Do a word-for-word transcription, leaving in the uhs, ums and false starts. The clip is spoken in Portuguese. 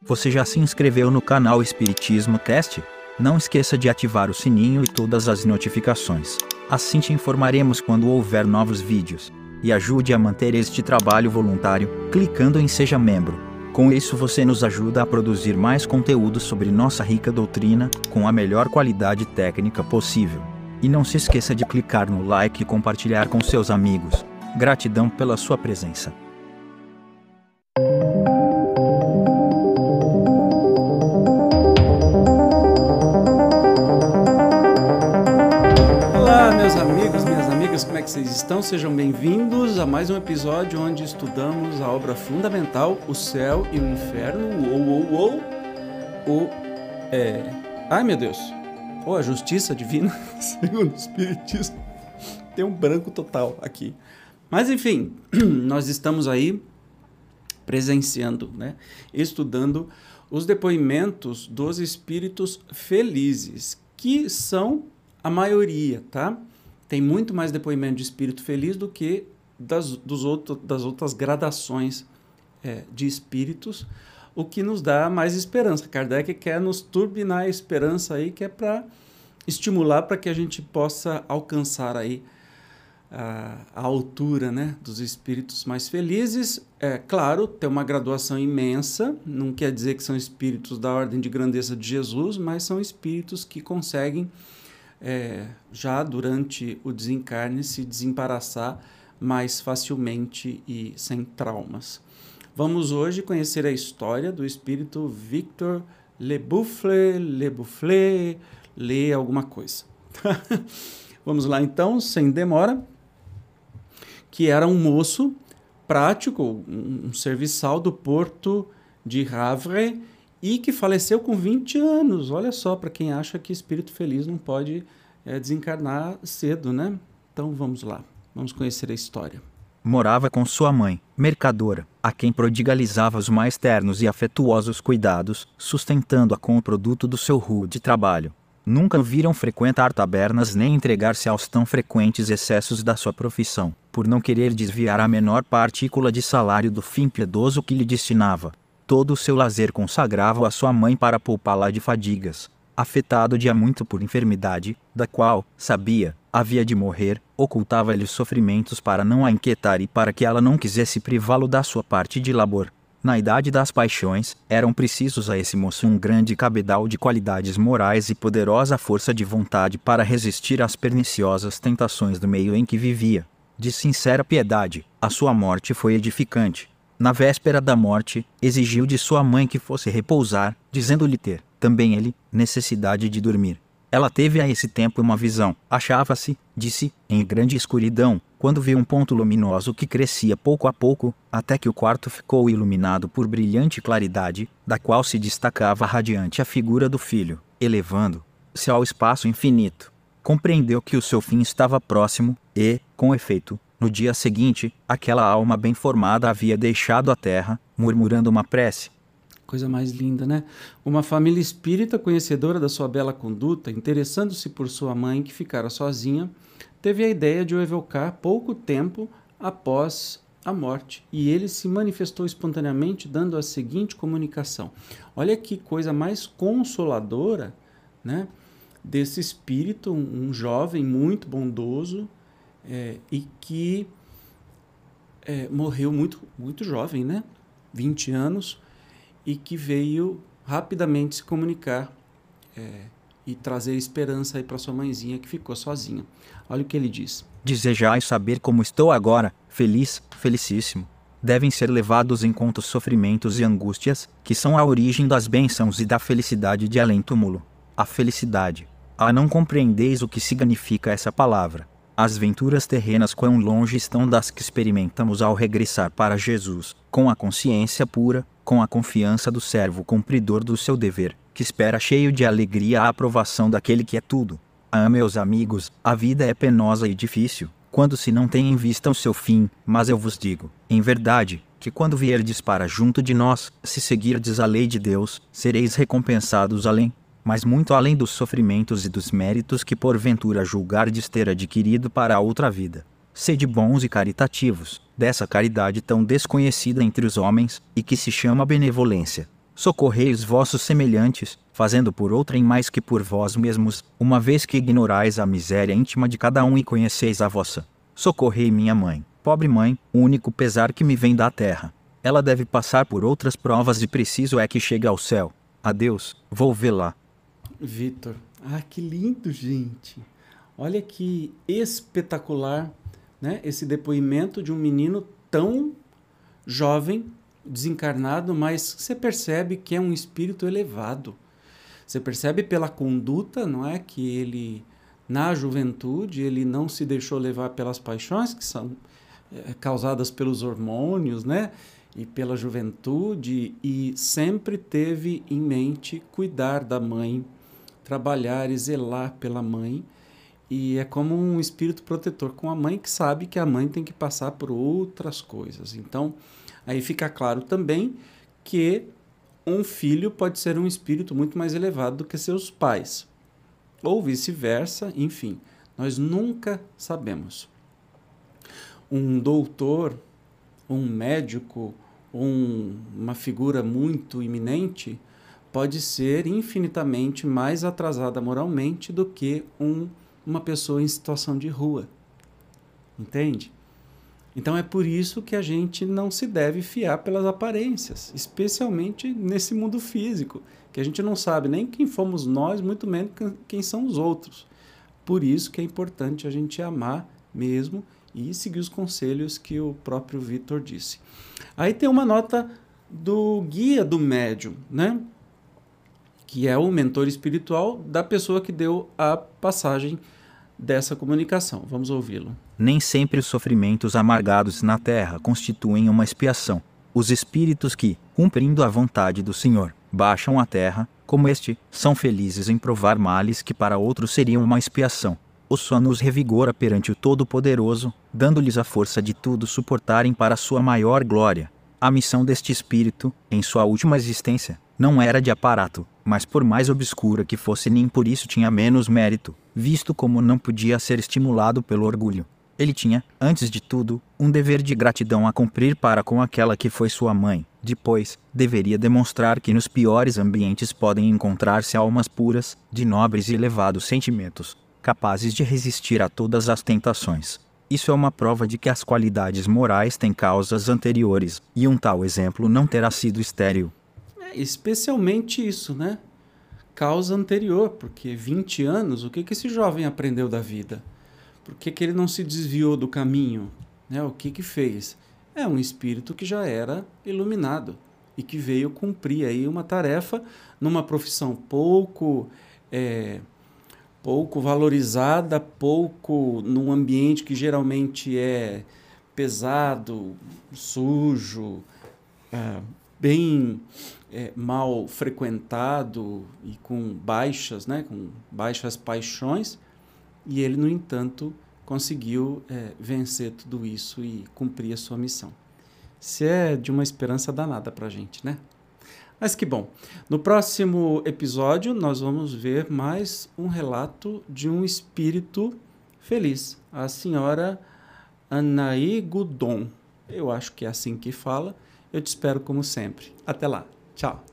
Você já se inscreveu no canal Espiritismo Cast? Não esqueça de ativar o sininho e todas as notificações. Assim te informaremos quando houver novos vídeos. E ajude a manter este trabalho voluntário, clicando em Seja Membro. Com isso você nos ajuda a produzir mais conteúdo sobre nossa rica doutrina, com a melhor qualidade técnica possível. E não se esqueça de clicar no like e compartilhar com seus amigos. Gratidão pela sua presença. Olá, meus amigos, minhas amigas, como é que vocês estão? Sejam bem-vindos a mais um episódio onde estudamos a obra fundamental, O Céu e o Inferno, ou, ou, ou, o, é... Ai, meu Deus, ou a Justiça Divina, segundo o Espiritismo. Tem um branco total aqui. Mas, enfim, nós estamos aí presenciando, né, estudando os depoimentos dos espíritos felizes, que são a maioria, tá? Tem muito mais depoimento de espírito feliz do que das, dos outro, das outras gradações é, de espíritos, o que nos dá mais esperança. Kardec quer nos turbinar a esperança aí, que é para estimular para que a gente possa alcançar aí a, a altura, né, dos espíritos mais felizes. É claro, tem uma graduação imensa, não quer dizer que são espíritos da ordem de grandeza de Jesus, mas são espíritos que conseguem É, já durante o desencarne se desembaraçar mais facilmente e sem traumas. Vamos hoje conhecer a história do espírito Victor Le Boufflé, Le Boufflé, Le alguma coisa. Vamos lá então, sem demora, que era um moço prático, um, um serviçal do porto de Havre, e que faleceu com vinte anos. Olha só, para quem acha que espírito feliz não pode é, desencarnar cedo, né? Então vamos lá, vamos conhecer a história. Morava com sua mãe, mercadora, a quem prodigalizava os mais ternos e afetuosos cuidados, sustentando-a com o produto do seu rude trabalho. Nunca o viram frequentar tabernas nem entregar-se aos tão frequentes excessos da sua profissão, por não querer desviar a menor partícula de salário do fim piedoso que lhe destinava. Todo o seu lazer consagrava a sua mãe para poupá-la de fadigas. Afetado de há muito por enfermidade, da qual, sabia, havia de morrer, ocultava-lhe os sofrimentos para não a inquietar e para que ela não quisesse privá-lo da sua parte de labor. Na idade das paixões, eram precisos a esse moço um grande cabedal de qualidades morais e poderosa força de vontade para resistir às perniciosas tentações do meio em que vivia. De sincera piedade, a sua morte foi edificante. Na véspera da morte, exigiu de sua mãe que fosse repousar, dizendo-lhe ter, também ele, necessidade de dormir. Ela teve a esse tempo uma visão. Achava-se, disse, em grande escuridão, quando viu um ponto luminoso que crescia pouco a pouco, até que o quarto ficou iluminado por brilhante claridade, da qual se destacava radiante a figura do filho, elevando-se ao espaço infinito. Compreendeu que o seu fim estava próximo, e, com efeito, no dia seguinte, aquela alma bem formada havia deixado a terra, murmurando uma prece. Coisa mais linda, né? Uma família espírita conhecedora da sua bela conduta, interessando-se por sua mãe que ficara sozinha, teve a ideia de o evocar pouco tempo após a morte. E ele se manifestou espontaneamente dando a seguinte comunicação. Olha que coisa mais consoladora, né? Desse espírito, um, um jovem muito bondoso, É, e que é, morreu muito, muito jovem, né? vinte anos, e que veio rapidamente se comunicar é, e trazer esperança aí para sua mãezinha que ficou sozinha. Olha o que ele diz. Desejais saber como estou agora, feliz, felicíssimo. Devem ser levados em conta os sofrimentos e angústias, que são a origem das bênçãos e da felicidade de além-túmulo. A felicidade. Ah, não compreendeis o que significa essa palavra. As venturas terrenas quão longe estão das que experimentamos ao regressar para Jesus, com a consciência pura, com a confiança do servo cumpridor do seu dever, que espera cheio de alegria a aprovação daquele que é tudo. Ah, meus amigos, a vida é penosa e difícil, quando se não tem em vista o seu fim, mas eu vos digo, em verdade, que quando vierdes para junto de nós, se seguirdes a lei de Deus, sereis recompensados além. Mas muito além dos sofrimentos e dos méritos que porventura julgardes ter adquirido para a outra vida. Sede bons e caritativos, dessa caridade tão desconhecida entre os homens, e que se chama benevolência. Socorrei os vossos semelhantes, fazendo por outrem mais que por vós mesmos, uma vez que ignorais a miséria íntima de cada um e conheceis a vossa. Socorrei minha mãe, pobre mãe, o único pesar que me vem da terra. Ela deve passar por outras provas e preciso é que chegue ao céu. Adeus, vou vê-la. Vitor, ah, que lindo, gente. Olha que espetacular, né? Esse depoimento de um menino tão jovem, desencarnado, mas você percebe que é um espírito elevado. Você percebe pela conduta, não é? Que ele, na juventude, ele não se deixou levar pelas paixões que são é, causadas pelos hormônios, né? E pela juventude, e sempre teve em mente cuidar da mãe, trabalhar e zelar pela mãe, e é como um espírito protetor com a mãe que sabe que a mãe tem que passar por outras coisas. Então, aí fica claro também que um filho pode ser um espírito muito mais elevado do que seus pais, ou vice-versa, enfim, nós nunca sabemos. Um doutor, um médico, um, uma figura muito iminente pode ser infinitamente mais atrasada moralmente do que um, uma pessoa em situação de rua. Entende? Então é por isso que a gente não se deve fiar pelas aparências, especialmente nesse mundo físico, que a gente não sabe nem quem fomos nós, muito menos quem são os outros. Por isso que é importante a gente amar mesmo e seguir os conselhos que o próprio Vitor disse. Aí tem uma nota do guia do médium, né? Que é o mentor espiritual da pessoa que deu a passagem dessa comunicação. Vamos ouvi-lo. Nem sempre os sofrimentos amargados na terra constituem uma expiação. Os espíritos que, cumprindo a vontade do Senhor, baixam à terra, como este, são felizes em provar males que para outros seriam uma expiação. O sono os revigora perante o Todo-Poderoso, dando-lhes a força de tudo suportarem para sua maior glória. A missão deste espírito, em sua última existência, não era de aparato, mas por mais obscura que fosse, nem por isso tinha menos mérito, visto como não podia ser estimulado pelo orgulho. Ele tinha, antes de tudo, um dever de gratidão a cumprir para com aquela que foi sua mãe. Depois, deveria demonstrar que nos piores ambientes podem encontrar-se almas puras, de nobres e elevados sentimentos, capazes de resistir a todas as tentações. Isso é uma prova de que as qualidades morais têm causas anteriores, e um tal exemplo não terá sido estéril. É, especialmente isso, né? Causa anterior, porque vinte anos, o que, que esse jovem aprendeu da vida? Por que, que ele não se desviou do caminho? Né? O que, que fez? É um espírito que já era iluminado e que veio cumprir aí uma tarefa numa profissão pouco... É, pouco valorizada, pouco num ambiente que geralmente é pesado, sujo, é, bem é, mal frequentado e com baixas, né, com baixas paixões, e ele, no entanto, conseguiu é, vencer tudo isso e cumprir a sua missão. Isso é de uma esperança danada para a gente, né? Mas que bom. No próximo episódio, nós vamos ver mais um relato de um espírito feliz. A senhora Anaí Gudon. Eu acho que é assim que fala. Eu te espero como sempre. Até lá. Tchau.